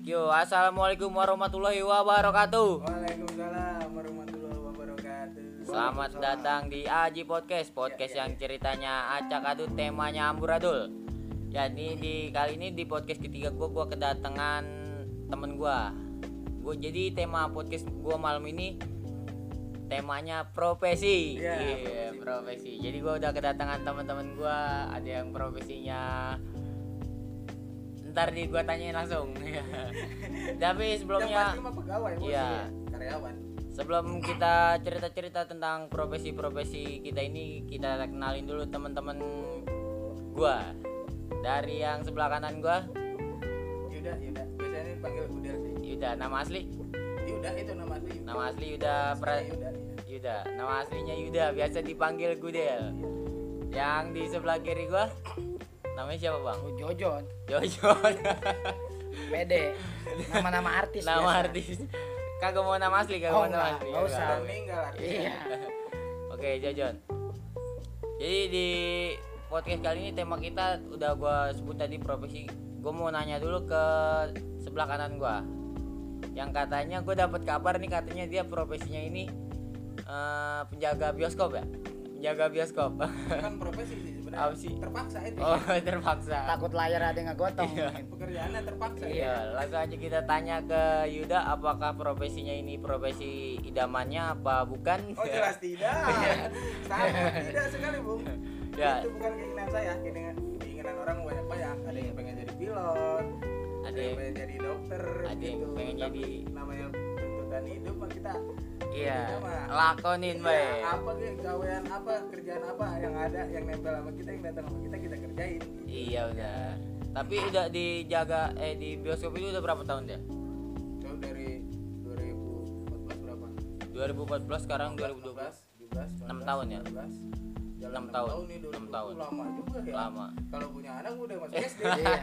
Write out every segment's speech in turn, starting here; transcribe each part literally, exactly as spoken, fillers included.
Yo, assalamualaikum warahmatullahi wabarakatuh. Waalaikumsalam warahmatullahi wabarakatuh. Selamat datang di Aji Podcast, podcast Ya, ya, yang ya. ceritanya acak adut, temanya amburadul. Ya, ini di kali ini di podcast ketiga gue, gue kedatangan temen gue. Gue jadi tema podcast gue malam ini temanya profesi. Ya, Iya, profesi. profesi. Jadi gue udah kedatangan teman-teman gue, ada yang profesinya ntar di gue tanyain langsung. Tapi Yang sebelumnya pasti mah pegawai, bos, Iya. ya, karyawan. sebelum kita cerita-cerita tentang profesi-profesi kita ini, kita kenalin dulu teman-teman gua. Dari yang sebelah kanan gua, Yuda, Yuda. Biasanya dipanggil Udel sih. Yuda. Nama asli? Yuda itu nama asli. Yuda. Nama asli Yuda pra... Yuda. Yuda. Nama aslinya Yuda, biasa dipanggil Gudel. Yang di sebelah kiri gua namanya siapa, Bang? Oh, Jojon, Jojon. pede, nama-nama artis. Nama biasa. artis. Kagak mau nama asli, kagak Oh, mau nama enggak, asli. enggak usah. Kagak. Udah meninggal artinya. Iya. Oke, Jojon. Jadi di podcast kali ini tema kita udah gua sebut tadi profesi. Gua mau nanya dulu ke sebelah kanan gua. Yang katanya gua dapat kabar nih, katanya dia profesinya ini eh, penjaga bioskop ya. Penjaga bioskop. Kan profesi sih sebenarnya. Apa sih? Terpaksa itu. Oh, terpaksa. Takut layar ada yang ngegotong. Iya. mungkin. Pekerjaannya terpaksa. Iya, langsung aja kita tanya ke Yuda, apakah profesinya ini profesi idamannya apa bukan? Oh, jelas tidak. Sangat tidak sekali, Bung. Ya. Itu bukan keinginan saya, keinginan, keinginan orang banyak-banyak. Ada yang pengen jadi pilot, ada Ada yang yang pengen jadi dokter, ada yang gitu. pengen Tapi jadi- namanya tuntutan hidup mah kita Iya, Iya, mah. lakonin Iya, bae. apa ke gawean apa kerjaan apa yang ada yang nempel sama kita, yang datang sama kita kita kerjain. Iya udah. Tapi udah dijaga eh di bioskop itu udah berapa tahun dia? Itu dari dua ribu empat belas berapa? dua ribu empat belas sekarang dua ribu dua belas. tujuh belas, enam tahun ya? Jalan enam enam tahun. tahun nih, enam dua ribu dua puluh tahun. lama juga ya. Lama. Kalau punya anak udah masuk S D. Iya.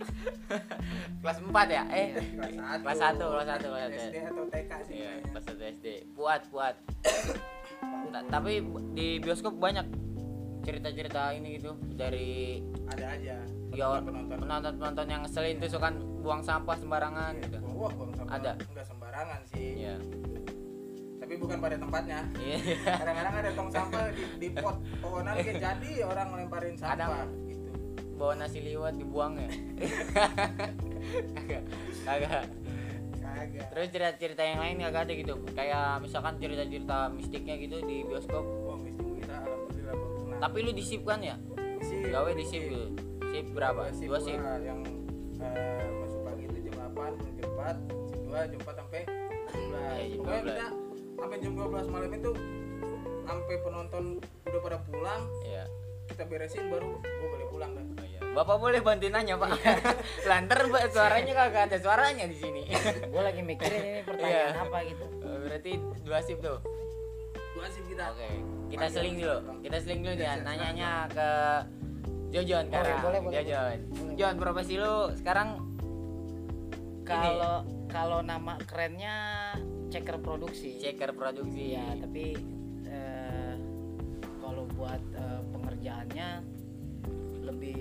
Kelas empat ya? Eh, Kelas satu. kelas satu, kelas satu, kelas S D satu. atau T K sih Iya, kayaknya. kelas satu S D. Puat, puat. Ta- tapi di bioskop banyak cerita-cerita ini gitu dari Ada aja. ya penonton. penonton-penonton yang ngeselin tuh suka buang sampah sembarangan gitu. Wah, bang, sampah Ada. Enggak sembarangan sih. Iya. Tapi bukan pada tempatnya. Iya. Kadang-kadang ada tong sampah di, di pot pohonan kayak jadi orang ngelemparin sampah Kadang- gitu. Bawa nasi liwet dibuang ya. Kagak. Kagak. Kagak. Terus cerita-cerita yang lain kagak ada gitu. Kayak misalkan cerita-cerita mistiknya gitu di bioskop. Wah, mistik kita alhamdulillah Bang. Nah, Tapi lu di shift kan ya? sip, Gawe di shift gitu. Shift berapa? Sip Dua shift. gua yang eh, masuk pagi itu jam delapan, pulang jam empat, sip dua jam empat sampai jam dua belas. Iya, jam Pokoknya dua belas. kita sampai jam dua belas malam itu sampai penonton udah pada pulang, Iya. kita beresin baru gua boleh pulang dah. Oh, iya. Bapak boleh bantuin nanya, Pak. Lantar Mbak, suaranya kagak ada suaranya di sini. Gue lagi mikirin ini pertanyaan Iya. apa gitu. Oh, berarti dua shift tuh. Dua sip kita. Oke. Kita Panjang seling dulu. Bang. Kita seling dulu Iya, dia iya, nanyanya ke Jojon Boleh, sekarang. boleh, boleh, Jojon. boleh. Jon, profesi lu sekarang Kalau kalau nama kerennya checker produksi. checker produksi. Iya, tapi eh, kalau buat eh, pengerjaannya lebih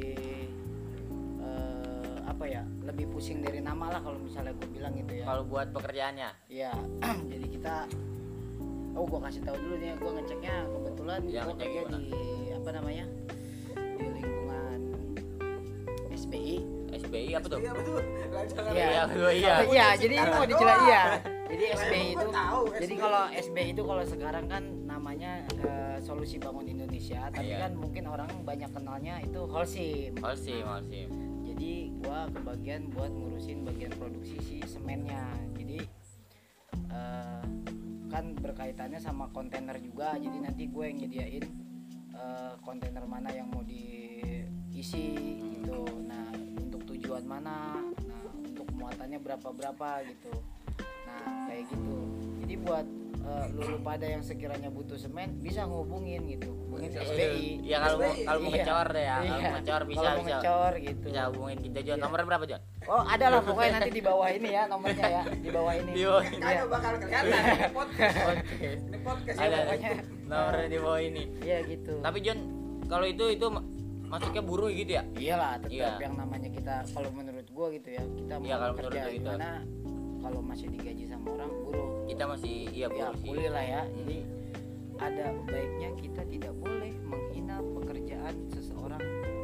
eh, apa ya? Lebih pusing dari nama lah kalau misalnya gue bilang gitu ya. Kalau buat pekerjaannya. Iya, jadi kita oh gua kasih tahu dulu nih, gua ngeceknya kebetulan Ya, gua ngecek kerja gimana? di apa namanya? Di lingkungan S B I. S B I apa tuh? Iya betul. Lancar. Iya. Iya, kedua iya. Iya, jadi ini mau dijelasin iya. Jadi S B I Emang itu gua tahu, jadi S B I. kalau S B I itu kalau sekarang kan namanya eh, Solusi Bangun Indonesia, tapi Iya. kan mungkin orang banyak kenalnya itu Holcim. Holcim, Holcim. Jadi gua kebagian buat ngurusin bagian produksi si semennya. Jadi eh, kan berkaitannya sama kontainer juga. Jadi nanti gue yang nyediain eh, kontainer mana yang mau diisi gitu. Nah, untuk tujuan mana, nah untuk muatannya berapa berapa gitu. Nah kayak gitu. Jadi buat eh, lu pada yang sekiranya butuh semen bisa ngehubungin gitu, hubungin S B I. Ya kalau mau kalau mau Iya. ngecor deh ya, kalau Iya. mau ngecor bisa Kalau mau bisa. ngecor gitu. Bisa hubungin kita Jon. Iya. Nomornya berapa, Jon? Oh ada lah pokoknya nanti di bawah ini ya nomornya ya, di bawah ini. Di bawah ini. Kagak bakal kelihatan ini podcast. Oke. Ini podcast Ada ya, pokoknya. nomornya di bawah ini. Iya gitu. Tapi Jon, kalau itu itu masuknya buruh gitu ya. Iyalah, tetap Iya. yang namanya kita, kalau menurut gua gitu ya, kita mau Iya, kalau menurut kerja lu gitu. gimana kalau masih digaji sama orang buruh Kita masih iya ya buruh sih. boleh lah ya. Jadi ada baiknya kita tidak boleh menghina pekerjaan seseorang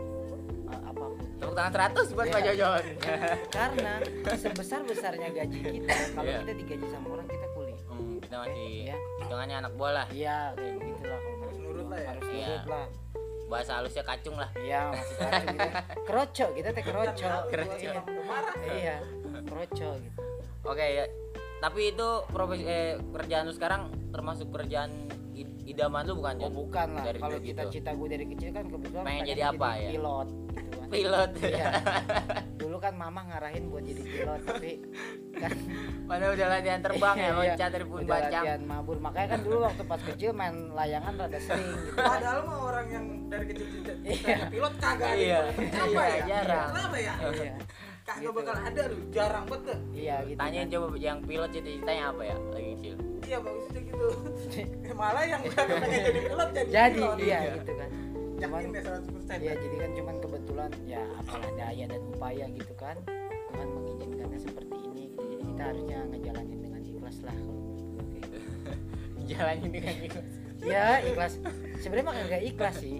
uh, apapun. Tepuk tangan seratus buat Iya. Pak Jojon. Karena sebesar besarnya gaji kita, kalau Iya. kita digaji sama orang kita kuli. Hmm, kita masih Iya. hitungannya anak bola. Iya kayak begitulah kalau menurut nurut gua. lah ya. Harus Iya. nurut lah. Bahasa halusnya kacung lah. Iya masih kacau gitu. Keroco kita teh keroco. Keroco. Iya. Marah. Iya. Keroco gitu. Oke ya. Tapi itu profesi eh, kerjaan lu sekarang termasuk kerjaan i- idaman lu bukan, Oh Jon? bukan lah. Dari Kalau dulu gitu. cita-cita gue dari kecil kan kebetulan Pengen pengen jadi apa ya? pilot gitu kan. Pilot. Iya. Dulu kan mama ngarahin buat jadi pilot tapi kan Padahal udah latihan terbang ya, Iya, loncat dari pun udah bacang. latihan mabur. Makanya kan dulu waktu pas kecil main layangan rada sering gitu. Padahal mah orang yang dari kecil cita Iya. pilot kagak ada. Iya. Kenapa Iya, ya? jarang. Kenapa ya? Iya. Kagak Gitu. bakal ada lu, jarang banget. Iya gitu. Tanyain kan. coba yang pilot cita-citanya apa ya lagi kecil. Iya bagusnya gitu. Eh, Malah yang udah pengen jadi pilot jadi, Jadi pilot. iya gitu kan. Cuman Yakin deh seratus persen. ya jadi kan cuman kebetulan ya apalah daya dan upaya gitu kan. Tuhan mengizinkannya seperti ini gitu. Jadi kita harusnya ngejalanin dengan ikhlas lah kalau menurut gue kayak gitu. Jalanin dengan ikhlas. Ya ikhlas. Sebenarnya mah kagak ikhlas sih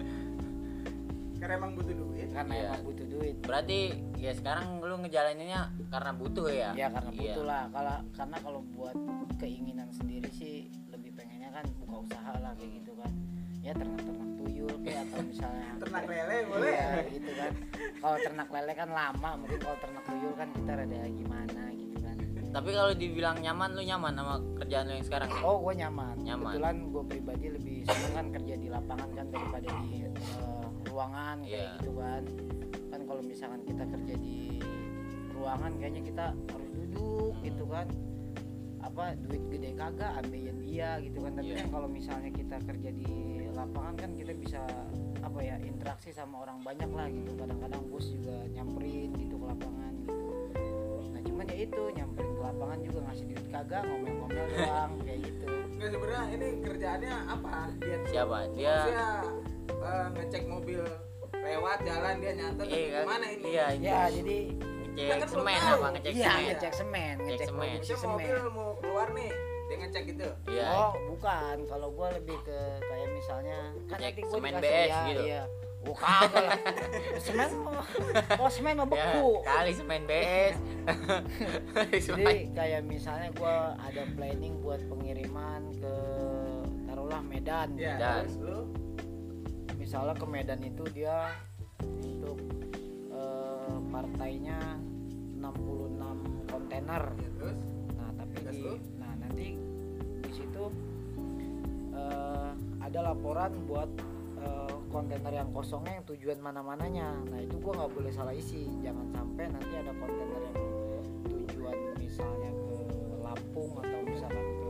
Karena emang butuh duit. karena Iya. emang butuh duit. Berarti ya sekarang lu ngejalaninnya karena butuh ya? Ya karena Iya. butuh lah. Kalau karena kalau buat keinginan sendiri sih lebih pengennya kan buka usaha lah kayak gitu kan. Ya ternak-ternak tuyul kayak atau misalnya Ternak lele boleh. Iya gitu kan. Kalau ternak lele kan lama, mungkin kalau ternak tuyul kan kita rada gimana gitu kan. Tapi kalau dibilang nyaman, lu nyaman sama kerjaan lu yang sekarang? Oh gue nyaman. Nyaman. Kebetulan gue pribadi lebih seneng kan kerja di lapangan kan daripada di eh, ruangan kayak Iya. gitu kan. Kan kalau misalkan kita kerja di ruangan kayaknya kita harus duduk gitu kan. Apa duit gede kagak ambilin dia gitu kan. Tapi Iya. kan kalau misalnya kita kerja di lapangan kan kita bisa apa ya interaksi sama orang banyak lah gitu. Kadang-kadang bos juga nyamperin gitu ke lapangan gitu. Nah cuman ya itu nyamperin ke lapangan juga ngasih duit kagak ngomel-ngomel doang kayak gitu. Nggak sebenarnya ini kerjaannya apa? Dia tuh Siapa? Dia maksudnya, eh, ngecek mobil lewat jalan dia nyatet iya kan? gimana ini? Iya, Ya jadi ngecek Kan belum semen tahu. apa ngecek iya semen? ngecek semen, Ngecek ngecek semen. produksi Maksudnya semen. mobil mau keluar nih, dia ngecek gitu. Iya. Oh bukan, kalau gua lebih ke kayak misalnya kan Ngecek nanti gua semen dikasih B S ya, gitu. Iya. Oh kagak lah. Semen mah- oh semen mah Ya, beku. kali semen B S. Jadi kayak misalnya gua ada planning buat pengiriman ke taruhlah Medan. Iya, Dan- terus lu Misalnya ke Medan itu dia untuk eh, partainya enam puluh enam kontainer. ya, terus Nah, tapi Tugas di lu? nah nanti di situ eh, ada laporan buat eh, kontainer yang kosongnya yang tujuan mana-mananya. Nah, itu gua nggak boleh salah isi. Jangan sampai nanti ada kontainer yang tujuan misalnya ke Lampung atau misalkan ke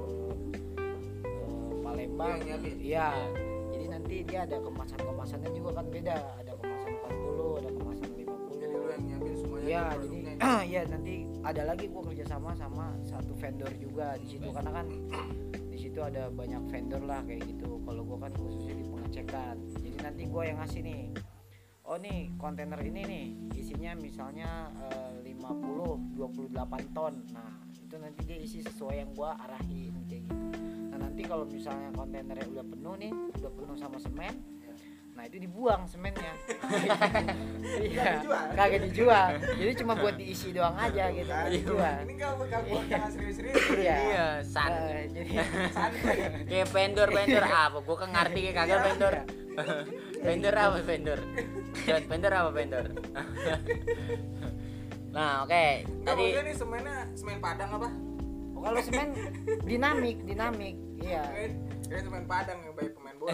eh, Palembang. Iya, nyiapin. Iya. Jadi nanti dia ada kemasan-kemasannya juga kan beda. Ada kemasan empat puluh, ada kemasan lima puluh. jadi lu yang nyiapin semuanya Iya, tuh jadi produknya. ya nanti ada lagi gua kerjasama sama satu vendor juga di situ karena kan di situ ada banyak vendor lah kayak gitu. Kalau gua kan khususnya di pengecekan. Jadi nanti gua yang ngasih nih. Oh nih kontainer ini nih isinya misalnya eh, lima puluh dua puluh delapan ton. Nah, itu nanti dia isi sesuai yang gua arahin kayak gitu. Nah, nanti kalau misalnya kontainernya udah penuh nih, udah penuh sama semen, nah itu dibuang semennya. Iya, dijual. kagak dijual. Jadi cuma buat diisi doang aja gitu, nggak dijual. Ini nggak bakal buat jangan serius-serius. Iya. Iya, san. Eh, jadi Santai. Kayak vendor vendor apa? Gua kan ngerti kayak kagak Iya. vendor. Vendor apa vendor? John, vendor apa vendor? Nah, oke. Nggak Tadi maksudnya nih semennya semen Padang apa? oh, kalau semen dinamik, dinamik. Iya. Kirain kirain semen Padang yang baik pemain bola.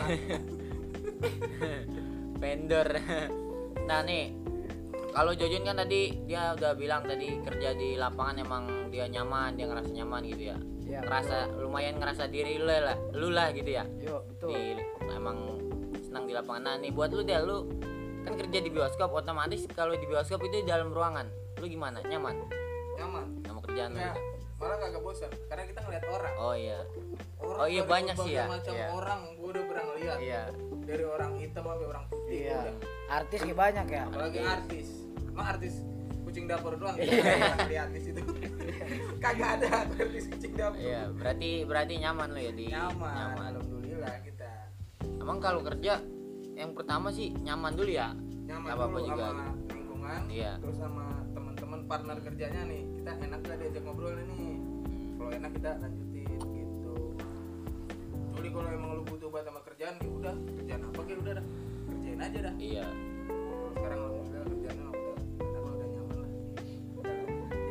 vendor. Nah, nih kalau Jojon kan tadi dia udah bilang tadi kerja di lapangan emang dia nyaman, dia ngerasa nyaman gitu ya. Iya, Ngerasa lumayan ngerasa diri lu lah, lu lah gitu ya. Yo, betul. Di, emang senang di lapangan. Nah, nih buat lu deh, lu kan kerja di bioskop, otomatis kalau di bioskop itu di dalam ruangan. Lu gimana? Nyaman Nyaman. sama kerjaan lu Nggak, gitu? malah kagak bosan karena kita ngeliat orang. Oh iya. Orang Oh iya, dari banyak sih berbagai ya. macam Iya. orang gua udah pernah ngeliat. Iya. dari orang hitam sampai orang putih Iya. udah. Artis kayak banyak ya. Apalagi Artis. artis, emang artis kucing dapur doang Iya. yang di artis itu kagak ada artis kucing dapur. Iya, berarti berarti nyaman lo ya di Nyaman, alhamdulillah kita Emang kalau kerja yang pertama sih nyaman dulu ya. nyaman Nggak apa-apa dulu juga. sama lingkungan, Iya. terus sama teman-teman partner kerjanya nih, kita enak gak diajak ngobrol nih. Kalau enak kita lanjutin gitu. Kecuali kalau emang lu butuh banget sama kerjaan, ya udah kerjaan apa kayak udah dah kerjain aja dah. Iya. Kalau sekarang alhamdulillah kerjaannya udah enak, udah nyaman lah. Udah lanjut kerja.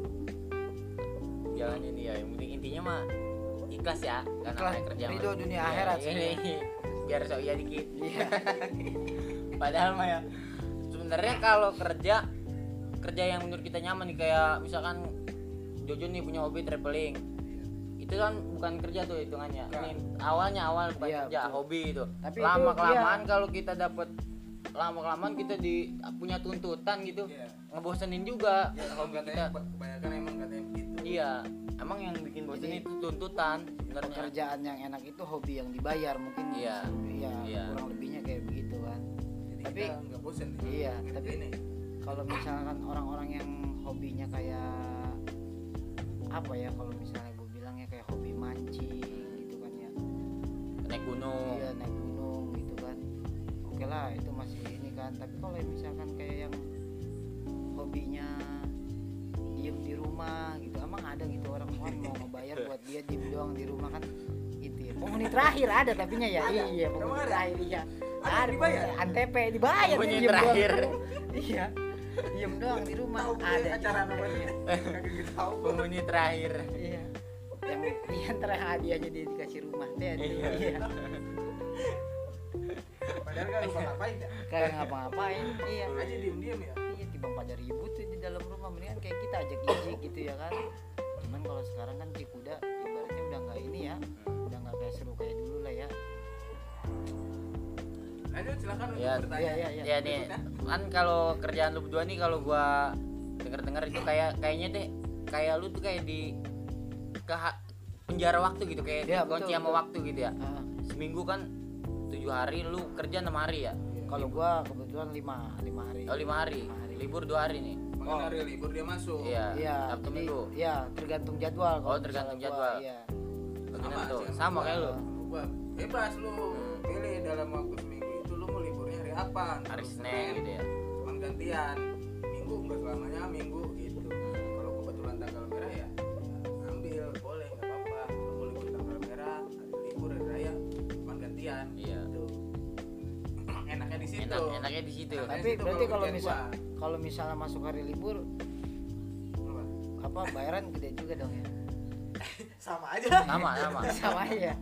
Jalan ini ya. Yang penting intinya mah ikhlas ya, karena Ikhlas, namanya kerja ridho mah. dunia Iya, akhirat sih. ini. Biar sok iya dikit. Iya. Padahal mah ya sebenarnya kalau kerja kerja yang menurut kita nyaman nih, kayak misalkan Jojo nih punya hobi traveling, itu kan bukan kerja tuh hitungannya. Enggak. Ini awalnya awal bukan Iya, kerja, betul. hobi itu. Tapi Lama itu kelamaan kalau kita dapat lama kelamaan kita di punya tuntutan gitu, Iya. ngebosenin juga Ya, hobi katanya kita. kebanyakan emang katanya begitu. Iya, emang yang bikin bosen Jadi, itu tuntutan sebenarnya. Pekerjaan yang enak itu hobi yang dibayar mungkin. Iya. Iya, Iya. kurang lebihnya kayak begitu kan. Jadi Tapi- kita nggak bosen nih. Iya, Ngerti tapi ini. kalau misalkan orang-orang yang hobinya kayak apa ya, kalau misalnya gue bilangnya kayak hobi mancing gitu kan ya, Naik gunung. iya naik gunung gitu kan, oke lah itu masih ini kan. Tapi kalau misalkan kayak yang hobinya diem di rumah gitu, emang ada gitu orang orang mau ngebayar buat dia diem doang di rumah kan gitu ya. Penghuni terakhir ada tapinya ya. Ada? Iya, Emang penghuni ada? terakhir iya. Ada yang dibayar? Antep dibayar dia Penghuni diem doang. terakhir. Iya. Diem doang di rumah. Tahu gue Ada acara juga. namanya. Kagak gitu tahu. Penghuni terakhir. Iya. Yang yang terakhir hadiahnya dia dikasih rumah teh. Iya. Iya. Padahal kan lupa ngapain ya. Kayak ngapa-ngapain. Iya. Aja diem-diem ya. Iya, tiba pada ribut tuh di dalam rumah, mendingan kayak kita ajak ijik gitu ya kan. Cuman kalau sekarang kan Cikuda ibaratnya udah nggak ini ya, udah nggak kayak seru kayak dulu lah ya. Lanjut silakan untuk Ya, bertanya. iya, iya, iya. Ya nih, kan kalau kerjaan lu berdua nih, kalau gua denger-denger itu kayak kayaknya deh kayak lu tuh kayak di ke penjara waktu gitu, kayak Iya, dikunci betul, sama betul. waktu gitu ya. Ah, Seminggu kan tujuh hari, lu kerja enam hari ya. kalau gua kebetulan lima lima hari. Oh lima hari, Lima hari. libur dua hari nih. Makanya Oh. hari libur dia masuk. Iya. Iya, Sabtu jadi Minggu. iya tergantung jadwal. kalau Oh, tergantung misalnya jadwal. Gua, iya. Bagaimana tuh? sih, Sama kayak lu. Gua bebas lu. Pilih dalam waktu seminggu itu lu mau liburnya hari apa? Hari Terus Senin gitu ya. Cuman gantian. Minggu enggak selamanya minggu gitu. Kalau kebetulan tanggal merah ya, ya ambil boleh enggak apa-apa. Lu mau libur tanggal merah, hari libur hari raya, cuman gantian. Iya. Gitu. Enaknya di situ. Enak, enaknya di situ. Enak. Tapi Itu berarti kalau kalau kerjaan misal gua. kalau misalnya masuk hari libur Apa? apa bayaran gede juga dong ya. Sama aja. Sama, sama. Sama ya.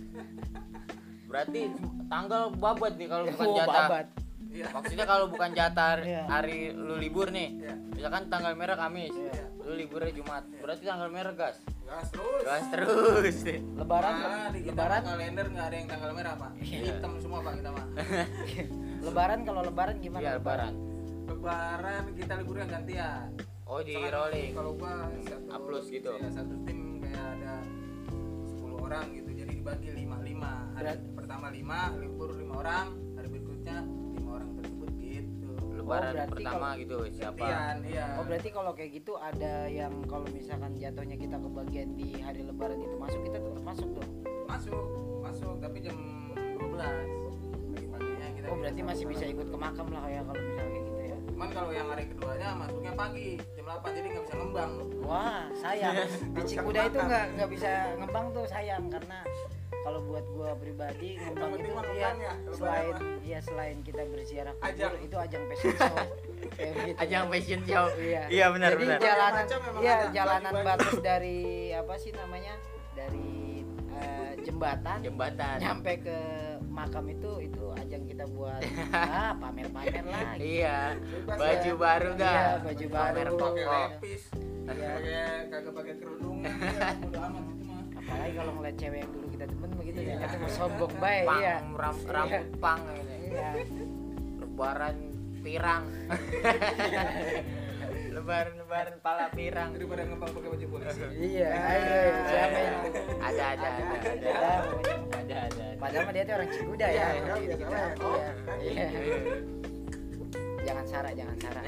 Berarti tanggal babat nih kalau bukan Oh, jatah. babat. Iya. Maksudnya kalau bukan jatah Iya. hari lu libur nih. Iya. Misalkan tanggal merah Kamis. Iya. Lu liburnya Jumat. Berarti tanggal merah gas. Gas terus. Gas terus. Lebaran Malah di kita lebaran kalender nggak ada yang tanggal merah pak. Iya. Hitam semua pak kita mah. lebaran kalau lebaran gimana? Iya, lebaran. Lebaran kita liburnya gantian. Oh, di Misalkan rolling. Kalau gua satu A plus gitu. Ya, satu tim kayak ada sepuluh orang gitu. Jadi dibagi lima lima. Hari Berat- pertama lima, libur lima orang. Hari berikutnya lima orang tersebut gitu. Lebaran berarti pertama kalau- gitu siapa? Gantian, iya. Oh berarti kalau kayak gitu ada yang kalau misalkan jatuhnya kita kebagian di hari lebaran itu masuk, kita tetap masuk dong. Masuk, masuk. Tapi jam dua belas pagi-paginya kita. Oh berarti masih bisa ikut ke makam lah ya kalau misalnya kayak gitu ya. Cuman kalau yang hari keduanya masuknya pagi jam delapan jadi nggak bisa ngembang. Wah sayang di Cikuda itu nggak nggak bisa ngembang tuh sayang, karena kalau buat gua pribadi ngembang penting itu mah ya ngembangnya, selain lebaran ya selain kita berziarah Ajang. kubur itu ajang fashion show kayak begitu. Ajang fashion show. Iya. Iya benar Jadi benar. jalanan Macam memang ya ada, jalanan baju-baju. batas dari apa sih namanya? Dari eh, jembatan Jembatan. nyampe ke makam itu itu ajang kita buat ah, pamer-pamer lah gitu. Iya. Bebas Baju ya. baru dah. Iya, baju baru. Pamer Pakai pokok. lepis, Iya. kayak kagak pakai kerudung, ya, bodo amat itu mah. Apalagi kalau ngeliat cewek yang dulu kita demen begitu Iya. ternyata mau sombong baik Pang, iya. ram- Iya. rambut pang ini. Iya. Lebaran pirang. lebaran lebaran pala pirang. Daripada ngempang pakai baju polisi. Iya, ayo siapa yang Ada ada ada ada ada pokoknya. ada ada. Padahal mah dia tuh orang Cikuda ya. Iya, Gitu, biasa gitu. lah. Iya. Iya. Jangan Sarah, jangan Sarah.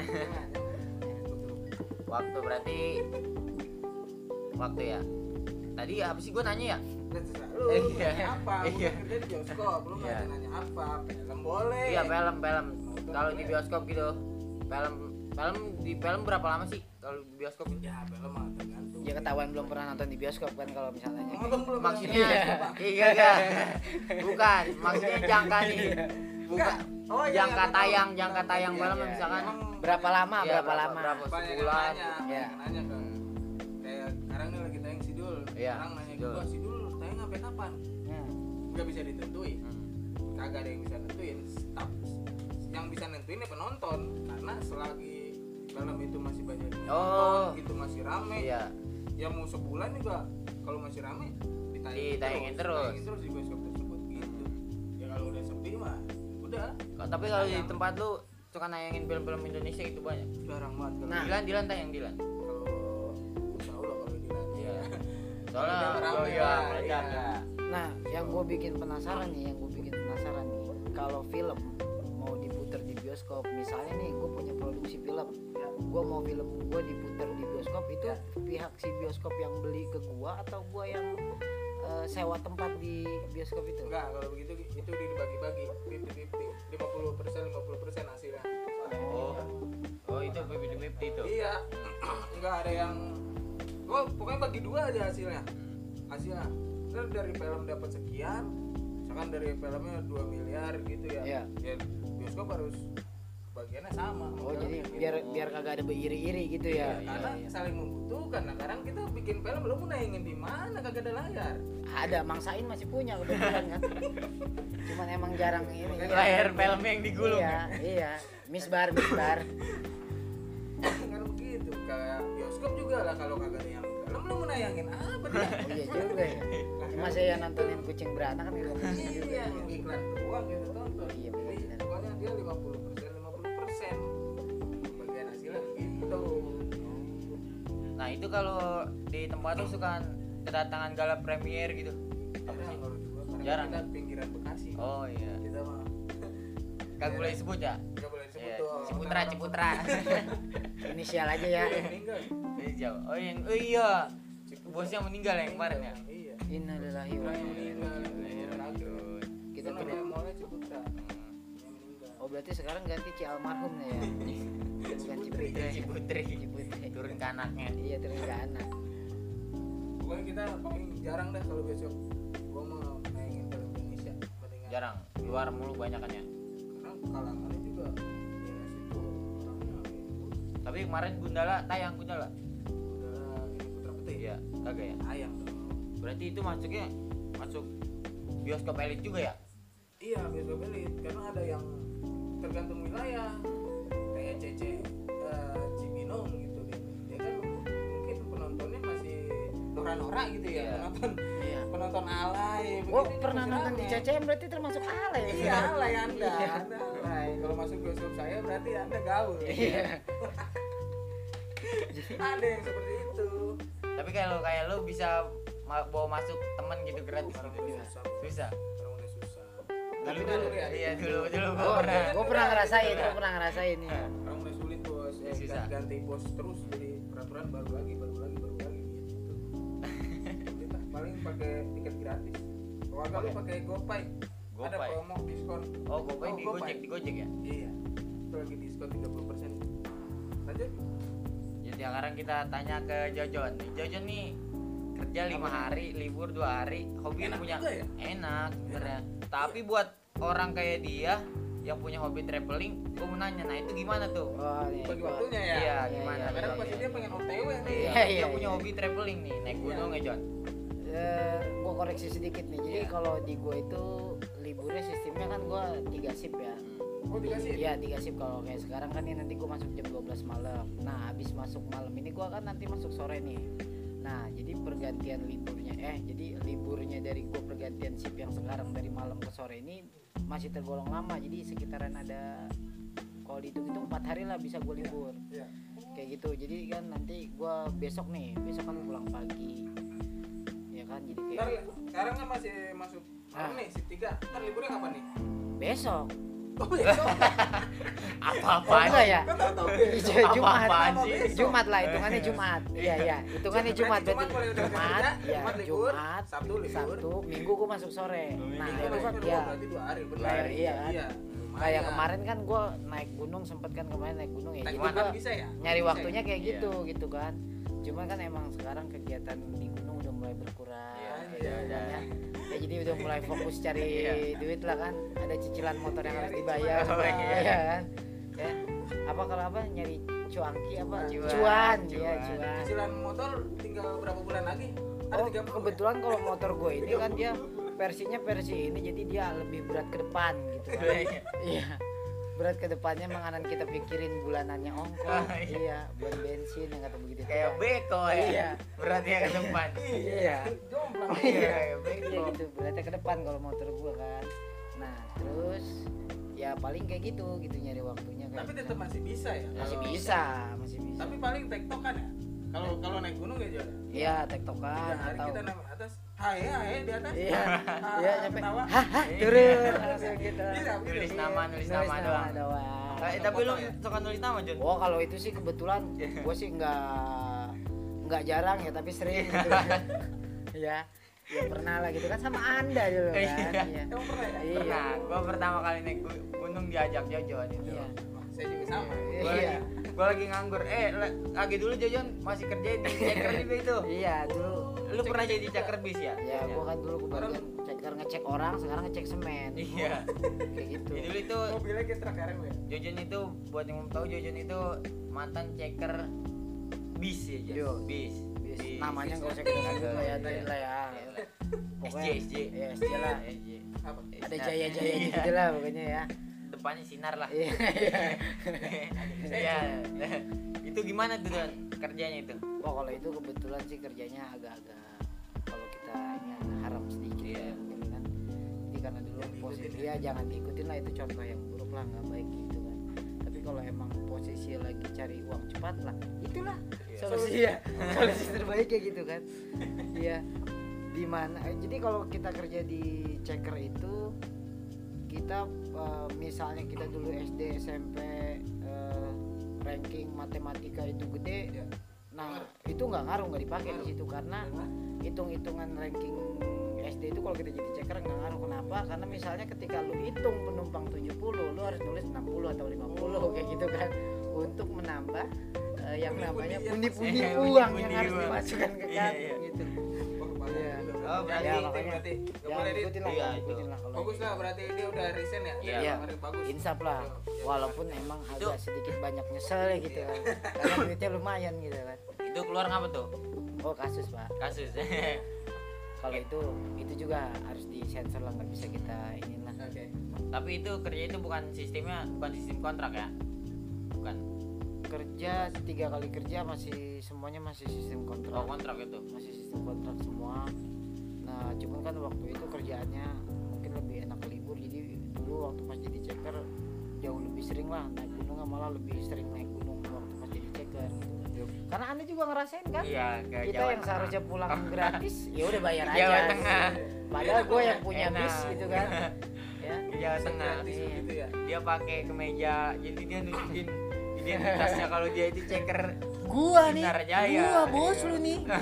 Waktu berarti waktu ya. Tadi apa sih gue nanya ya? Dan terserah lu, Eh, lu iya. nanya apa? Lu Iya. kan kerja di bioskop, lu Iya. nanya nanya apa? Film boleh. Iya film film. Nonton Kalau di boleh. bioskop gitu, film film di film berapa lama sih kalau di bioskop? Ya film mah tergantung. Ya ketahuan belum pernah nonton di bioskop kan kalau misalnya. Nonton belum? Maksudnya Iya. iya enggak. Bukan, maksudnya jangka nih. Bukan. Oh, iya, Jangka iya, tayang, tahu. jangka Tahu, tayang iya, film iya, misalkan. Emang Berapa lama? Iya, berapa berapa- lama? berapa? banyak yang Sebulan. nanya, Iya. banyak yang nanya kan. Kayak sekarang nih lagi tayang Sidul. Iya, Sekarang nanya Sidul. gua, Sidul tayang sampai kapan? Hmm. Nggak bisa ditentuin. Hmm. Kagak ada yang bisa nentuin. Tapi yang bisa nentuin ya penonton, karena selagi film itu masih banyak yang Oh. nonton, itu masih rame. Iya. Ya mau sebulan juga kalau masih rame ditayangin, Ditayangin terus. ditayangin terus di bioskop tersebut gitu. Ya kalau udah sepi mah udah Kok- Tapi kalau di tempat lu suka nayangin film-film Indonesia itu banyak. jarang banget kalau Nah. Dilan Dilan tayang Dilan. kalau tahu lah kalau di Iya. Udah Soalnya rame oh iya, lah, meledak iya. ya. Nah, yang gue bikin penasaran nih, yang gue bikin penasaran nih, kalau film mau diputer di bioskop, misalnya nih gue punya produksi film, gue mau film gue diputer di bioskop, itu Ya. pihak si bioskop yang beli ke gue atau gue yang eh, sewa tempat di bioskop itu? Enggak, kalau begitu itu dibagi-bagi fifty fifty, lima puluh persen lima puluh persen hasilnya. Oh. Oh itu P B D P itu. Iya. Enggak ada yang oh, pokoknya bagi dua aja hasilnya. Hasilnya. Kan dari film dapat sekian, misalkan dari filmnya dua miliar gitu ya. Iya. Ya bioskop harus bagiannya sama. Oh, Filmnya jadi gitu. biar biar kagak ada beriri-iri gitu ya? Iya, Karena iya. saling membutuhkan. Nah, sekarang kita bikin film lu mau nayangin di mana kagak ada layar. Ada, Mang Sain masih punya kebetulan kan. Cuman emang jarang ini. Layar film yang digulung. Iya, iya. Misbar, misbar. Kan begitu. Kayak bioskop juga lah kalau kagak ada yang film lu mau nayangin apa dia? Oh iya juga ya. Cuma saya nontonin kucing beranak kan juga bisa juga. Iya, iklan doang gitu tonton. Iya, Jadi benar-benar. pokoknya dia lima puluh persen lima puluh persen bagian hasilnya gitu. Nah itu kalau di tempat lu suka kedatangan gala premier gitu. Apa Jarang sih? kalau juga karena Jarang. kita pinggiran Bekasi. Oh iya. Kita mah Kagak boleh disebut ya. nggak boleh disebut Iya. tuh. Ciputra Orang- Ciputra. Inisial aja ya. Iya, meninggal. Ini jauh. Oh yang oh iya. Bosnya meninggal yang kemarin ya. Iya. Innalillahi wa Orang yang inna meninggal. Bismillahirrahmanirrahim. Kita Kita namanya mallnya Ciputra. Yang meninggal. Oh berarti sekarang ganti Ci almarhum nih ya. Bukan Ciputri. Ciputri. Ciputri. Turun ke anaknya. Iya turun ke anak. Pokoknya kita paling jarang dah kalau besok gua mau nayangin film Indonesia mendingan. Jarang. Luar mulu banyakannya. Karena kalangannya juga daerah situ orangnya itu Tapi kemarin Gundala tayang Gundala. udah ini Putra Putih. Iya, kagak ya. Ayang dong. Berarti itu masuknya masuk bioskop elit juga ya? Iya, bioskop elit karena ada yang tergantung wilayah. Kayak Cece eh, Cibinong gitu dia. Dia kan mungkin penontonnya masih norak-norak gitu ya, Iya. penonton Iya. penonton alay. Oh begitu pernah masih nonton di rame. C C M berarti termasuk alay. Iya, alay Anda. Iya. Anda alay. Kalau masuk bioskop saya berarti Anda gaul. Iya. Ada yang seperti itu. Tapi kalau kayak lu bisa ma- bawa masuk temen gitu gratis Orang gitu. udah susah. Susah. Orang udah susah. Dulu Tapi dulu dulu ya. Iya dulu dulu gua Oh, pernah. gue pernah ngerasain, gue pernah ngerasain ya. Orang udah sulit bos. Eh, Susah. ganti bos terus jadi peraturan baru lagi, baru lagi, baru lagi gitu. Kita paling pakai tiket gratis. Kalau nggak lu pakai GoPay. Ada GoPay. promo diskon. Oh, GoPay Oh, di GoPay. Gojek, di Gojek ya. Iya. Itu lagi diskon tiga puluh persen. Lanjut. Jadi sekarang kita tanya ke Jojon. Nih, Jojon nih kerja lima hari, libur dua hari, hobi Enak punya juga ya? enak sebenarnya. Tapi buat orang kayak dia yang punya hobi traveling, gua mau nanya, nah itu gimana tuh? Oh, nih, Bagi gua- waktunya ya. Iya, iya, gimana? iya, Kadang iya, pasti iya. dia pengen O T W nih. Iya, Iya, dia iya, punya iya. hobi traveling nih, naik Iya. gunung ya Jon. Eh, gua koreksi sedikit nih. Jadi Iya. kalau di gua itu liburnya sistemnya kan gua tiga shift ya. Oh, dikasih. Iya tiga shift. Kalau kayak sekarang kan ini nanti gua masuk jam dua belas malam. Nah habis masuk malam ini gua kan nanti masuk sore nih. Nah jadi pergantian liburnya eh jadi liburnya dari gua pergantian shift yang sekarang dari malam ke sore ini masih tergolong lama. Jadi sekitaran ada kalau dihitung itu empat hari lah bisa gua libur. Iya. kayak gitu. Jadi kan nanti gua besok nih, besok kan pulang pagi ya kan, jadi kayak Ntar, sekarang kan masih masuk Ah. apa nih shift tiga, ntar liburnya kapan nih? besok. Oh besok. Apa-apaan Oh, enggak ya? Kan tahu-tahu Iya, Jumat. Apa-apaan sih? Jumat lah hitungannya Jumat. Iya iya, hitungannya Jumat Berarti berarti. mulai udah Jumat, kerja, iya, Jumat libur, Jumat, Sabtu libur. Sabtu, Minggu gua masuk sore. Minggu Nah, Minggu itu masuk kan libur, ya. berarti dua hari benar. Iya, iya kan? Iya. Kayak kemarin kan gua naik gunung, sempet kan kemarin naik gunung ya. Naik Jadi gunung gua bisa ya? nyari Bisa waktunya ya? kayak Iya. gitu gitu kan. Cuma kan emang sekarang kegiatan di gunung udah mulai berkurang. Iya, gitu iya, kan iya. ya. Ya, jadi udah mulai fokus cari Iya. duit lah kan. Ada cicilan motor yang Iya, harus ini dibayar. cuan. Iya iya kan. Ya. Apa kalau apa nyari cuanki apa? Cuan. Cuan, iya Cuan. cuan. Cicilan motor tinggal berapa bulan lagi? Ada Oh, tiga puluh. kebetulan kalau motor gue ini kan dia versinya versi ini, jadi dia lebih berat ke depan gitu kan. Iya. Berat ke depannya menganan kita pikirin bulanannya ongkos. Ah, iya. Iya, buat bensin yang kata begitu. Kayak tuh. beko ya. Iya. Beratnya ke depan. Iya. Jomplang. Iya, Iya beko. gitu, beratnya ke depan kalau motor gua kan. Nah, terus ya paling kayak gitu gitu nyari waktunya kayak Tapi gitu. tetap masih bisa ya. masih Kalau- bisa, masih bisa. Tapi paling tektokan ya. Kalau kalau naik gunung ya Jon. Iya, tektokan Tiga hari atau kita naik atas, hai hai di atas. iya, Ah, iya nyampe. ketawa. Hah, hah, Iya. turun langsung gitu. Bisa, bisa. Nulis nama, nulis Nulis nama doang. Eh, tapi lu Foto ya? suka nulis nama, Jon? Oh, kalau itu sih kebetulan gue sih nggak nggak jarang ya, tapi sering gitu kan. ya, ya pernah lah gitu kan sama anda dulu kan. Iya. Iya. Emang pernah ya? Iya. Pernah, gua pertama kali naik gu- gunung diajak Jojon itu. Iya. Wah, saya juga sama. Gua Iya. lagi, gua lagi nganggur. Eh, la- lagi dulu Jojon masih kerja di checker di itu. Iya, dulu. Lu pernah jadi checker bis ya? Ya, gua kan dulu kebagian ceker ngecek orang, sekarang ngecek semen. Iya. Kayak gitu. Jadi dulu itu Mobilnya kayak truk kareng ya. Jojon itu buat yang mau tahu Jojon itu mantan checker bis ya, Jon. Yo. Bis. Bis. Bis. Namanya nggak usah kita sebut lah ya, Iya. lah ya. S J, S J. Ya, S J lah. S J. Apa? Ada Sinar. jaya-jaya Iya. gitu lah pokoknya ya. Depannya sinar lah. Iya, iya. Iya. Itu gimana tuh Don kerjanya itu? Oh, kalau itu kebetulan sih kerjanya agak-agak kalau kita ini agak haram sedikit Iya. ya mungkin kan. Jadi karena dulu Jangan diikutin posisi ya. ya jangan diikutin lah, itu contoh yang buruk lah, nggak baik gitu kan. Tapi kalau emang posisi lagi cari uang cepat lah, itulah Iya. solusi ya. Solusi terbaik kayak gitu kan. Iya. Di mana? eh, Jadi kalau kita kerja di checker itu kita eh, misalnya kita dulu S D, S M P eh, ranking matematika itu gede. Iya. Nah, itu nggak ngaruh, nggak dipakai di situ karena hitung-hitungan ranking S D itu kalau kita jadi checker nggak ngaruh. Kenapa? Karena misalnya ketika lu hitung penumpang tujuh puluh, lu harus nulis enam puluh atau lima puluh kayak gitu kan, untuk menambah eh, yang namanya pundi-pundi Iya, uang yang pundi-pundi harus uang. dimasukkan ke Iya, kantong iya. gitu. Wah, kepala Iya. juga. Oh, berarti Ya, itu makanya berarti nggak Ya, boleh di ikutin lah, Iya, ikutin itu. lah kalau bagus lah, berarti dia udah resign ya. Iya. Iya. Kemarin bagus. insaf lah, Iya. walaupun emang Itu- agak sedikit banyak nyesel ya gitu kan, karena duitnya lumayan gitu kan. Itu keluar ngapa tuh? Oh, kasus pak. Kasus. Kalau itu itu juga harus disensor lah, nggak bisa kita inilah. Oke. Tapi itu kerja itu bukan sistemnya, bukan sistem kontrak ya? Bukan. Kerja tiga kali kerja masih semuanya masih sistem kontrak. Oh, kontrak itu. Masih sistem kontrak semua. Nah, cuman kan waktu itu kerjaannya mungkin lebih enak libur, jadi dulu waktu pas jadi checker jauh lebih sering lah naik gunung, malah lebih sering naik gunung waktu pas jadi checker gitu. Karena anda juga ngerasain kan? Iya, ke Kita Jawa yang Tengah. seharusnya pulang gratis, ya udah bayar aja. Jawa Tengah. Padahal gue yang punya Enak. bis gitu kan. Ya. Ke Jawa Tengah. Gratis Iya. begitu ya. Dia pakai kemeja, jadi dia nunjukin identitasnya kalau dia itu checker. Gua nih, Sinar Jaya. gua bos lu nih. Gitu.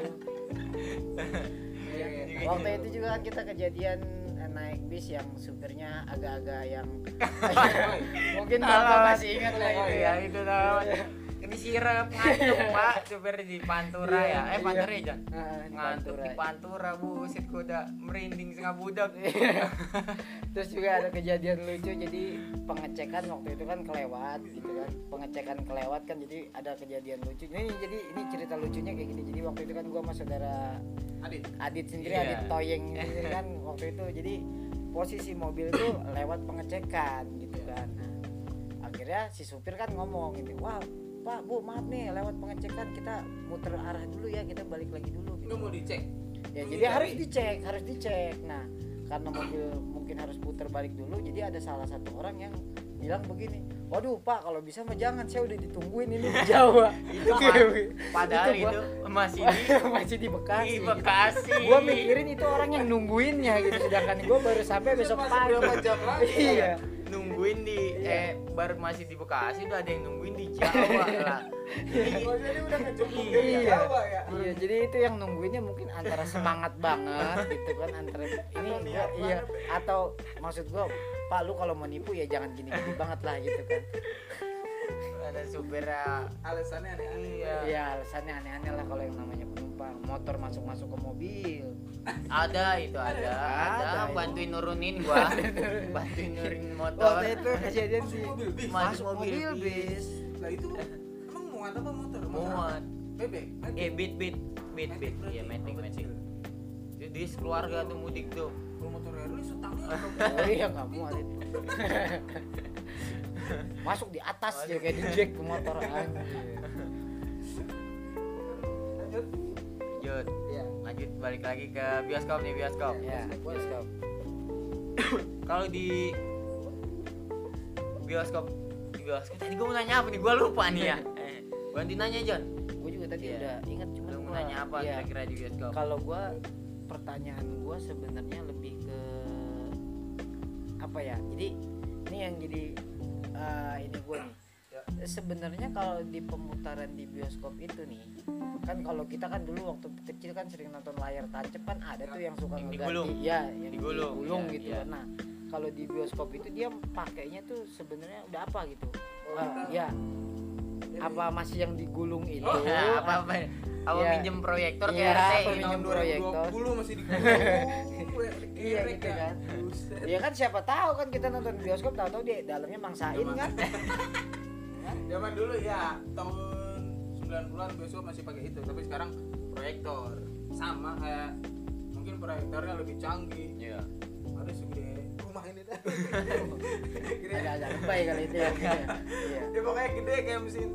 Iya, iya. Waktu itu juga kan kita kejadian eh, naik bis yang supirnya agak-agak yang mungkin bapak Alamat. masih ingat lah itu Iya, ya. itu namanya. Disirep ngantuk Pak, supir di Pantura Iya, ya. Eh iya. Pantura ya, Jon? Nah, di Ngantuk Pantura. di Pantura, buset gua udah merinding setengah budak. Terus juga ada kejadian lucu, jadi pengecekan waktu itu kan kelewat gitu kan, pengecekan kelewat kan, jadi ada kejadian lucu. Ini jadi ini cerita lucunya kayak gini. Jadi waktu itu kan gua sama saudara Adit. Adit sendiri, Iya. Adit Toyeng sendiri kan waktu itu, jadi posisi mobil tuh lewat pengecekan gitu kan. Nah, akhirnya si supir kan ngomong gitu, wah Pak Bu maaf nih lewat pengecekan, kita muter arah dulu ya, kita balik lagi dulu gitu. Nggak mau dicek. Ya Lu jadi hindari. harus dicek, harus dicek. Nah karena mobil mungkin harus putar balik dulu, jadi ada salah satu orang yang bilang begini, waduh Pak kalau bisa mah jangan, saya udah ditungguin ini di Jawa. Itu padahal Itu gua- itu masih di masih di Bekasi. di Bekasi. Gue mikirin itu orang yang nungguinnya gitu, sedangkan gue baru sampai besok Masih pagi. berapa jam lagi? Iya. nungguin di eh baru masih di Bekasi udah ada yang nungguin di Jawa lah. Oh, jadi udah ngejemput Iya. dari Jawa ya. Iya, jadi itu yang nungguinnya mungkin antara semangat banget gitu kan, antara ini Atau gua, niat iya banget. atau maksud gua Pak lu kalau mau nipu ya jangan gini-gini banget lah gitu kan. Ada supirnya. Alasannya aneh-aneh. Iya. Iya, alasannya aneh-aneh lah kalau yang namanya penumpang, motor masuk-masuk ke mobil. Ada itu ada, ada, Ada, bantuin nurunin gua. Bantuin nurunin motor. Waktu itu kejadian Masuk di mobil bis. Masuk masuk mobil mobil bis. bis. Lah itu emang muat apa motor? Muat. Bebek. Eh beat beat beat beat. Iya metik metik. Jadi keluarga tuh mudik tuh. Kalau motor Harley setangnya Oh iya nggak muat itu. Masuk di atas ya kayak di jack ke motor anjir. lanjut. Lanjut. Iya. Lanjut balik lagi ke bioskop nih bioskop. Ya, bioskop. Kalau di bioskop di bioskop tadi gue mau nanya apa nih? Gue lupa nih ya. Eh, ganti nanya John. Gue juga tadi Iya. udah ingat cuma Lu mau gua- nanya apa iya. kira-kira di bioskop? Kalau gua pertanyaan gua sebenarnya lebih ke apa ya? Jadi ini yang jadi eh, ini gua nih. Ya. Sebenarnya kalau di pemutaran di bioskop itu nih, kan kalau kita kan dulu waktu kecil kan sering nonton layar tancap kan ada tuh yang suka Yang ngeganti, digulung. ya, yang Digulung, digulung iya, gitu. iya. Nah, kalau di bioskop itu dia pakainya tuh sebenarnya udah apa gitu? Oh, Eh, kita- ya, Jadi, apa masih yang digulung itu? Oh, apa apa? Apa Iya. minjem proyektor Iya, kayak R T apa gitu? minjem tahun proyektor. dua ribu dua puluh masih digulung. Iya, gitu kan. Buset. Ya kan siapa tahu kan kita nonton bioskop tahu-tahu di dalamnya mangsain kan. Zaman dulu ya tahun sembilan puluhan bioskop masih pakai itu, tapi sekarang proyektor. Sama kayak mungkin proyektornya lebih canggih. Iya. Ada segede rumah ini dah. Gede. Agak-agak lebay kali itu ya. Iya. Ya pokoknya gede kayak mesin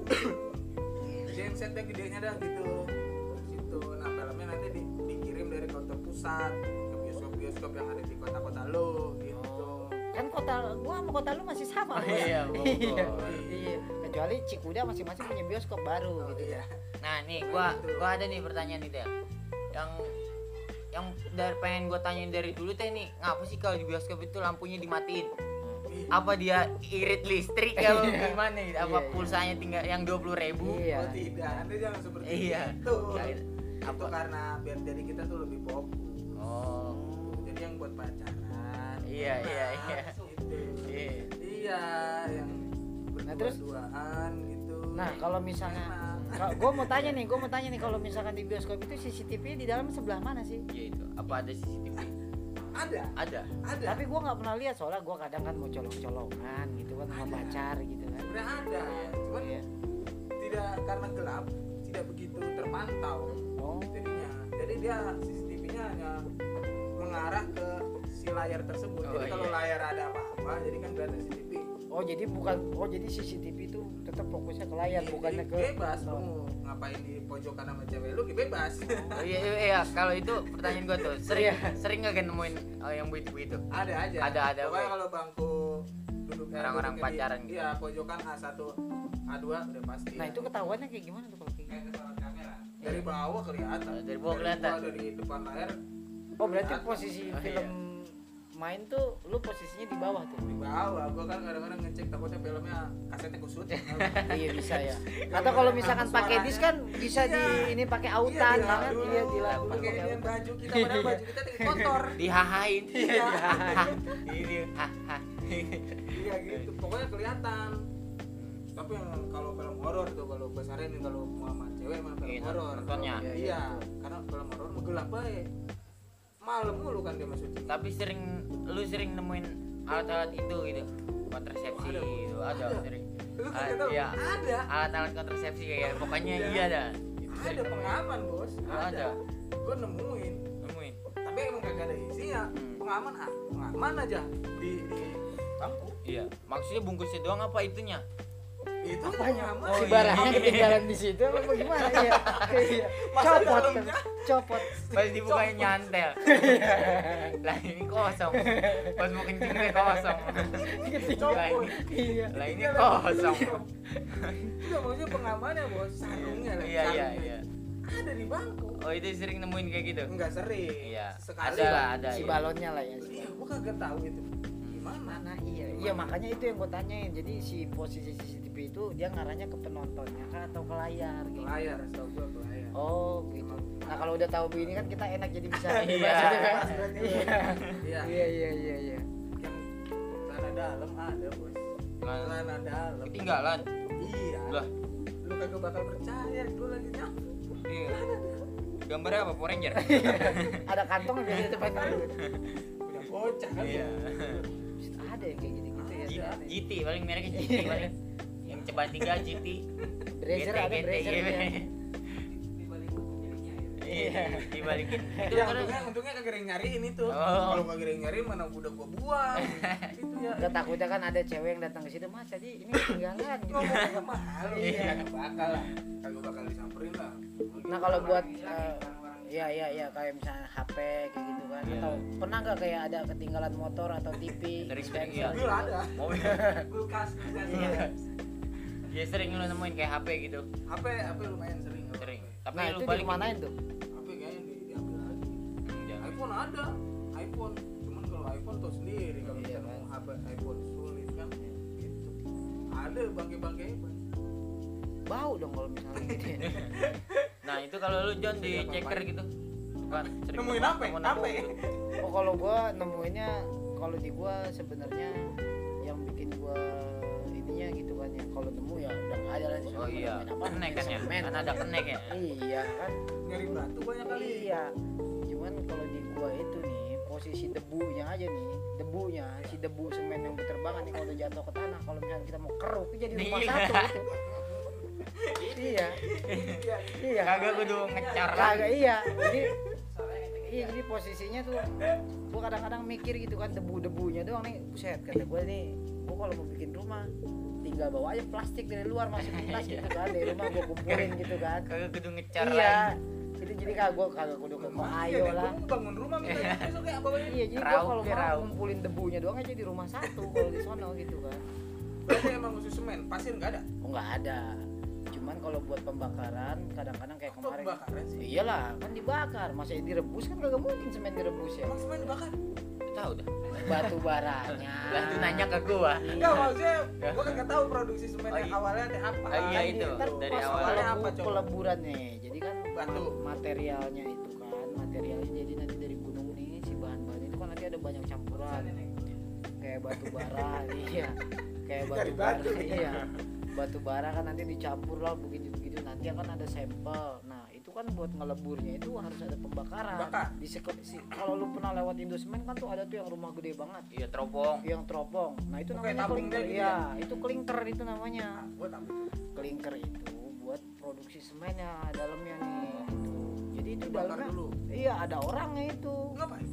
gensetnya gedenya dah gitu. Dari situ. Nah, filmnya nanti di, dikirim dari kota pusat ke bioskop-bioskop yang ada di kota-kota lo gitu. Kan kota gua sama kota lu masih sama. Oh, Bos. iya, Bogor. iya. Iya. Kecuali Cikuda masing-masing punya bioskop baru Oh, gitu iya. ya. Nah nih gua gua ada nih pertanyaan nih Del. Yang yang dari pengen gua tanyain dari dulu teh nih, ngapa sih kalau di bioskop itu lampunya dimatiin? Apa dia irit listrik kalau Iya. gimana gitu? Apa Iya, iya. pulsanya tinggal yang dua puluh ribu? Iya. Oh tidak, Anda jangan seperti Iya. itu. Ya, Itu apa? karena biar dari kita tuh lebih fokus. Oh. Jadi yang buat pacaran. Iya, iya, Nah, iya. Gitu. Iya. Iya, yang Nah, terus? berdua-duaan gitu. Nah, kalau misalnya Enak. gue mau tanya nih, gue mau tanya nih kalau misalkan di bioskop itu C C T V di dalam sebelah mana sih? Iya itu. Apa ada C C T V? ada, Ada. ada. Tapi gue nggak pernah lihat soalnya gue kadang kan mau colong-colongan gitu kan sama Ada. pacar gitu kan. Sebenarnya ada, cuman Iya. tidak karena gelap, tidak begitu terpantau Oh. jadinya. Jadi dia C C T V-nya hanya mengarah ke si layar tersebut. Oh, Jadi kalau iya. layar ada apa-apa, jadi kan berarti C C T V. Oh jadi bukan, oh jadi C C T V itu tetap fokusnya ke layar, Jadi bukannya ke bebas kamu ngapain di pojokan sama cewek lu, ya bebas. Oh iya iya, iya. Kalau itu pertanyaan gua tuh sering Iya. sering nggak kan nemuin oh, yang begitu-begitu? ada aja. Ada, ada, Pokoknya Boy. kalau bangku duduk Orang-orang duduknya di- pacaran gitu. Iya, pojokan A satu, A dua udah pasti. Nah ya. itu ketahuannya kayak gimana tuh kalau kayak gitu? kayak kesorot kamera. Dari bawah kelihatan. Dari bawah kelihatan. bawah, dari depan layar Oh berarti kelihatan. posisi Oh, film main tuh lu posisinya di bawah tuh? Di bawah, gua kan kadang-kadang ngecek takutnya filmnya kasetnya kusut. Iya bisa ya. Atau kalau misalkan pakai disk kan bisa di Iya. ini pakai autan Iya, kan? dulu. Iya diladu Pakai pakai inian autan. baju kita, padahal baju kita tinggal kotor. Dihahain. Iya. Ini haha. Iya gitu, pokoknya kelihatan. Tapi yang kalau film horor tuh, kalau gue saranin kalau mau sama cewek mah film Iya, horor. nontonnya. Iya, iya. Karena film horor mah gelap bae. Malam mulu kan dia masuk. Tapi sering lu sering nemuin alat-alat itu gitu. Kontrasepsi Ada. gitu. Ada, Ada. sering. Lu Ah, kan tahu? iya. Ada. Alat-alat kontrasepsi kayak pokoknya Iya. iya ada. Gitu, Ada sering nemuin. pengaman, Bos. Oh, Ada. ada. Gue nemuin. Nemuin. Tapi emang kagak ada isinya. Hmm. Pengaman ah, pengaman aja di di bangku. Iya. Maksudnya bungkusnya doang apa itunya? Itu Apanya? pengaman. Oh, si iya. barangnya ketinggalan di situ apa bagaimana ya? Iya. Masa Copot, dalamnya? copot. Pas dibukanya nyantel. Lah ini kosong. Pas mau kencing dia kosong. Lah ini, Iya. lah ini kosong. Enggak, maksudnya pengamannya bos, sarungnya lah. Iya iya sarungnya. iya. Ada di bangku. Oh itu sering nemuin kayak gitu. Enggak sering. Iya. Sekali Ada lah. lah ada. Si ya. balonnya lah ya. Iya, gua kagak tahu itu. Gimana? Mana iya. Iya makanya itu yang gue tanyain. Jadi si posisi C C T V itu dia ngarahnya ke penontonnya kan atau ke layar gitu. Layar, setahu gua ke layar. Oh gitu. Nah kalau udah tahu begini kan kita enak jadi bisa Iya. bebas gitu kan. Pas berarti. Iya. Iya. Iya iya iya iya. Yang celana dalam ada bos. Celana- Celana dalam. Ketinggalan. Iya. Lah. Lu kagak bakal percaya, gua lagi nyampe. Iya. Gambarnya apa? Power Ranger. Ada kantong biasanya depan dulu. Punya bocah kan. Iya. Ada yang kayak gitu-gitu ya. G- ada. G T paling mereknya G T paling. Yang ceban tiga G T. Brazier G T, ada G T, brazier iya. ya. Iya, dibalikin. Itu Ya, kan untungnya, untungnya kagak ada yang nyariin itu. Oh. Kalau kagak ada yang nyariin mana udah gua buang. Itu ya. Gak takutnya kan ada cewek yang datang ke situ, Mas tadi ini ketinggalan gitu. Ngomongnya mahal. Iya. Kagak bakal lah. Kagak bakal disamperin lah. Nah kalau buat eh, ya ya ya kayak misalnya H P kayak gitu kan Iya. atau pernah nggak kayak ada ketinggalan motor atau T V Dari dispenser iya. Mobil ada. mobil. Kulkas, kulkas. Iya. Ya sering lu nemuin kayak H P gitu. H P, H P lumayan sering. Sering. Tapi nah lu itu balikin. dimanain tuh? H P kayaknya di, diambil lagi. Jangan. iPhone ada. iPhone. Cuman kalau iPhone tuh sendiri kalau Iya, kita kan. mau H P iPhone sulit kan. Gitu. Ada bangke-bangke Bau dong kalau misalnya gitu. Ya. Nah, itu kalau lu John di Sering checker apa-apain. gitu. Kan sering Nemuin nemu- apa? nemu-nemu Apa? gitu. Oh kalau gua nemuinnya kalau di gua sebenarnya yang bikin gua ininya gitu kan ya kalau nemu ya udah nggak ada lah di sana. Oh iya, Nemuin apa? kenek kan ya? Semen. Kan ada kenek ya? Iya kan. nyari batu banyak kali. Iya. Cuman kalau di gua itu nih posisi debunya aja nih, debunya si debu semen yang berterbangan nih kalau udah jatuh ke tanah, kalau misalnya kita mau keruk itu jadi rumah Iya. satu itu. Iya. Iya. Iya. Kagak kudu ngecar. Kagak iya. Jadi iya jadi posisinya tuh gua kadang-kadang mikir gitu kan debu-debunya doang nih. Buset kata gua nih, gua kalau mau bikin rumah tinggal bawa aja plastik dari luar masukin tas gitu kan dari rumah gua kumpulin gitu kan. Kagak kudu ngecar Iya. lagi. Itu jadi kagak gua kagak kudu ke Iya, ayo deh, lah. gua mau bangun rumah minta besok kayak apa ini. Iya, jadi gua Raup kalau ya, mau raup. ngumpulin debunya doang aja di rumah satu kalau di sono gitu kan. Berarti emang khusus semen, pasir nggak ada. Oh nggak ada. Cuman kalau buat pembakaran kadang-kadang kayak Kok kemarin. pembakaran sih? Iyalah, kan dibakar. Masa direbus kan kagak mungkin semen direbus ya. Emang semen dibakar? Tahu dah. Batu baranya. Lah itu nanya ke gua. Enggak, maksudnya gua kagak tahu produksi semen Oh, yang iya. awalnya teh apa. Oh, iya, Kan itu. di- ntar Dari pas awal. Awalnya pelebu- apa, coba? peleburannya. Jadi kan Batu. materialnya itu kan, materialnya jadi nanti dari gunung ini si bahan-bahan itu kan nanti ada banyak campuran. Kayak batu bara, iya. Kayak batu Dari bara, batu, iya. Batu bara kan nanti dicampur lah begitu-begitu nanti akan ada sampel. Nah, itu kan buat ngeleburnya itu harus ada pembakaran. Bakar. Di seke- si, kalau lu pernah lewat Indosemen kan tuh ada tuh yang rumah gede banget. Iya, teropong. Yang teropong. Nah, itu Oh, kayak namanya tabung klinker. dia gitu Iya, itu klinker itu namanya. Nah, gua tahu. Klinker itu buat produksi semennya dalamnya nih gitu. Jadi itu Dibakar dalamnya dulu. iya ada orangnya itu. Ngapain?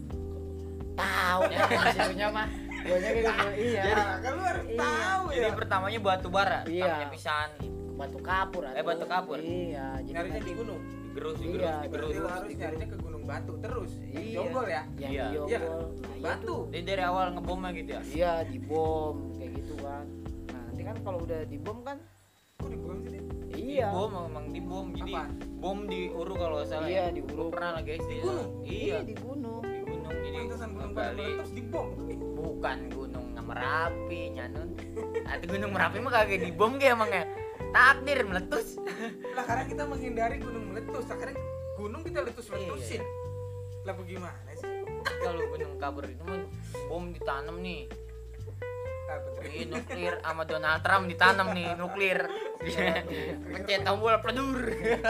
Tahu ya maksudnya mah. Guanya kayak gitu. Iya. Ya, kan lu harus Iya. tahu ya. Jadi pertamanya batu bara, Iya. namanya pisan. Batu kapur atau Eh, batu kapur. Iya, jadi Nyarinya nanti di gunung. Digerus, Iya, digerus, digerus. Berarti lu harus nyarinya ke gunung batu terus. Iya. Jonggol ya. yang Iya. diobrol. Iya kan? Nah, iya Batu. tuh. Jadi dari awal ngebomnya gitu ya. Iya, dibom kayak gitu kan. Nah, nanti kan kalau udah dibom kan Kok dibuang sih dia? iya. Dibom memang dibom. Jadi Apa? bom di Uru kalau nggak salah. Iya, ya. di Uru. Gua pernah lagi S D. Di gunung? Iya, di gunung. di gunung. Jadi Pantesan gunung pada kali meletus dibom. bukan gunung Merapi, nyanun. Atau gunung Merapi mah kagak dibom kayak emangnya. Takdir meletus. Lah karena kita menghindari gunung meletus. Lah karena gunung kita letus-letusin. Iya, Lah bagaimana sih? Kalau gunung kabur itu mah bom ditanam nih. Ah, betul. Di nuklir sama Donald Trump ditanam nih nuklir. Pencet tombol pedur.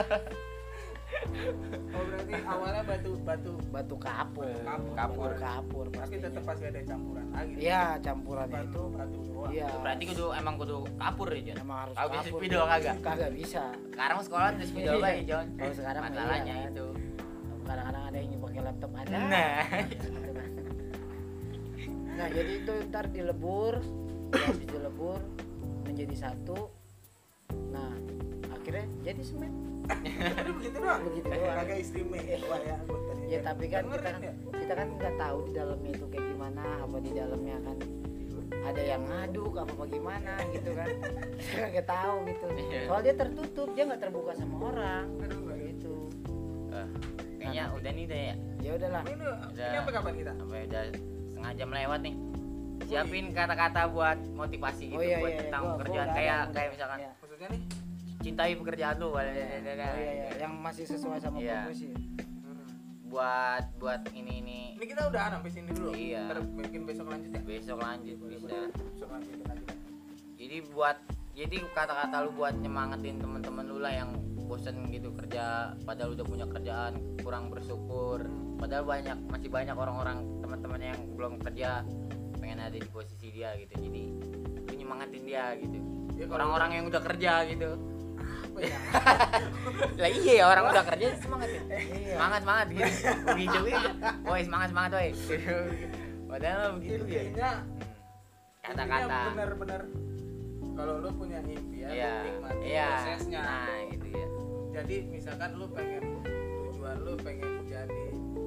Oh berarti awalnya batu batu Batu kapur. Kapur. Kapur. Batu kapur tapi pastinya. tetap pasti ada campuran lagi. Iya, campurannya Batu itu. batu doang. Iya. Berarti kudu emang kudu kapur ya, Jon. Emang harus Kagak kapur. spidol kagak. Kagak bisa. Sekarang sekolah udah spidol Iya. lagi, Jon. Kalau sekarang mah masalahnya iya, kan. itu. Kadang-kadang ada yang pakai laptop ada. Nah. Nah, jadi itu ntar dilebur, habis dilebur menjadi satu. Nah akhirnya jadi semen. Aduh begitu doang. Begitu doang. Kagak istimewa ya gua tadi. Ya tapi kan kita Dengerin kan ya? kita kan nggak tahu di dalamnya itu kayak gimana, apa di dalamnya kan ada yang ngaduk apa bagaimana gitu kan. Kita nggak tahu gitu. Iya. Soalnya dia tertutup, dia nggak terbuka sama orang. Aduh, aduh. Gitu. Eh, kayaknya udah nih deh ya. Ya udahlah. Ini, Udah. ini sampai kapan kita? Sampai udah setengah jam lewat nih. Siapin kata-kata buat motivasi gitu Oh iya buat iya. tentang Gua- gua pekerjaan udah kayak ada, kayak udah. misalkan Iya. Maksudnya nih? cintai pekerjaan lu. Oh iya iya, yang masih sesuai sama Iya. profesi. Hmm. buat buat ini ini Ini kita udah sampai sini dulu. Iya. Ntar mungkin besok lanjut ya. besok lanjut bisa. Besok lanjut lanjut. Jadi buat jadi kata-kata lu buat nyemangatin teman-teman lu lah yang bosen gitu kerja padahal udah punya kerjaan kurang bersyukur padahal banyak masih banyak orang-orang teman-teman yang belum kerja pengen ada di posisi dia gitu jadi lu nyemangatin dia gitu Ya, kalau orang-orang yang udah kerja gitu apa ya? lah iya ya orang udah kerja semangat ya Iya. semangat semangat gitu begitu gitu woi semangat semangat woi padahal begitu ya Intinya kata-kata intinya benar-benar kalau lu punya impian, iya nikmati iya prosesnya. nah gitu ya Jadi misalkan lu pengen tujuan lu pengen jadi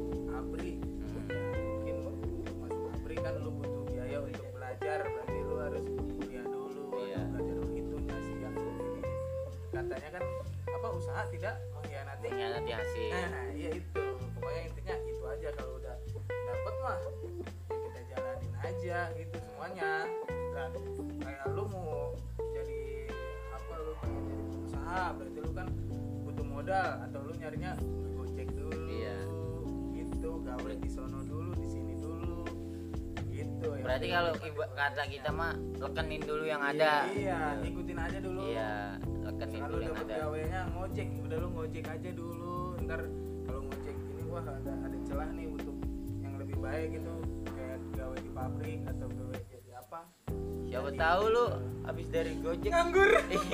abri, Hmm. mungkin untuk masuk abri kan lu butuh biaya untuk belajar, berarti lu harus kuliah dulu, Iya. harus belajar dulu itu sih yang ini. Katanya kan apa usaha tidak mengkhianati. mengkhianati hasil Nah, iya itu. Pokoknya intinya itu aja kalau udah dapet mah ya kita jalanin aja gitu semuanya. Dan kayak lu mau jadi apa lu pengen jadi pengusaha, berarti lu kan butuh modal atau lu nyarinya Gojek dulu. Iya. Gitu, gawe di sono dulu, di sini dulu. Gitu ya. berarti kalau iba- kata kita mah lekenin dulu yang ada Iya, ikutin aja dulu. iya lekenin Kalau dulu yang dapat ada gawainya ngojek, udah lu ngojek aja dulu. Ntar kalau ngojek ini wah ada ada celah nih untuk yang lebih baik gitu, kayak gawe di pabrik atau gawe jadi apa? siapa tahu lu habis dari Gojek Nganggur.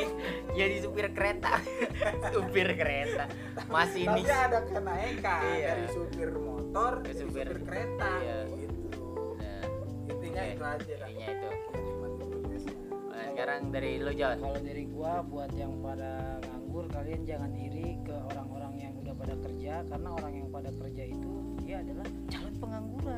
jadi supir kereta supir kereta masih ini Tapi ada kenaikan Iya. dari supir motor Ke ke supir- supir, kereta. iya. Gitu. nah, Intinya oke. itu aja dah. intinya itu Ya, nikmati prosesnya. nah, sekarang dari lu John Kalau dari gua buat yang pada nganggur, kalian jangan iri ke orang-orang yang udah pada kerja, karena orang yang pada kerja itu dia adalah calon pengangguran.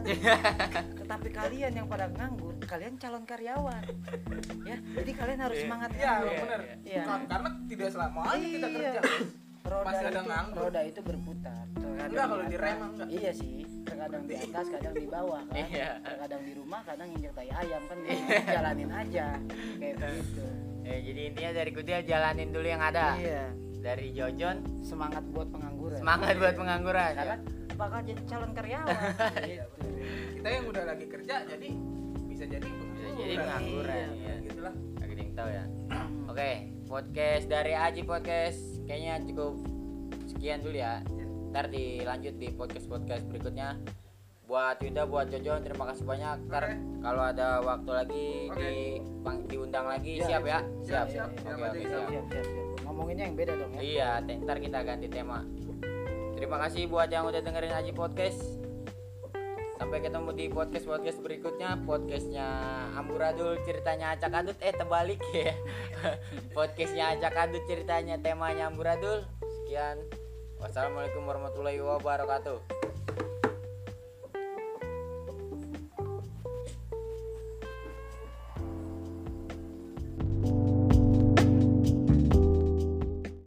Tetapi kalian yang pada nganggur, kalian calon karyawan. Ya, jadi kalian harus semangat Iya, nganggur. benar. Iya. Ka- Karena tidak selamanya kita Iya. kerja, Bos. Roda Masih ada itu, nganggur. roda itu berputar. Terkadang Enggak, kalau di di atas- rem enggak. Iya sih, terkadang di atas, kadang di bawah kan. Iya. Terkadang di rumah, kadang injek tai ayam kan. Jalanin aja kayak begitu. eh, jadi intinya dari gue dia jalanin dulu yang ada Iya. dari Jojon Semangat buat pengangguran. semangat buat pengangguran Karena bakal jadi calon karyawan. Iya, betul. Kita yang udah lagi kerja jadi bisa jadi pengangguran. Bisa jadi pengangguran, Iya, iya. gitulah. agak ada yang tahu ya oke podcast dari Aji Podcast kayaknya cukup sekian dulu ya ntar dilanjut di podcast podcast berikutnya buat Yuda buat Jojon terima kasih banyak ntar Oke. kalau ada waktu lagi Oke. di pang- diundang lagi Iya, siap ya siap, siap. oke Siap oke aja, siap siap, siap, siap. Ngomonginnya yang beda dong ya. iya te- ntar kita ganti tema terima kasih buat yang udah dengerin Aji Podcast sampai ketemu di podcast podcast berikutnya podcastnya Amburadul ceritanya acak adut eh terbalik ya podcastnya acak adut ceritanya temanya Amburadul sekian wassalamualaikum warahmatullahi wabarakatuh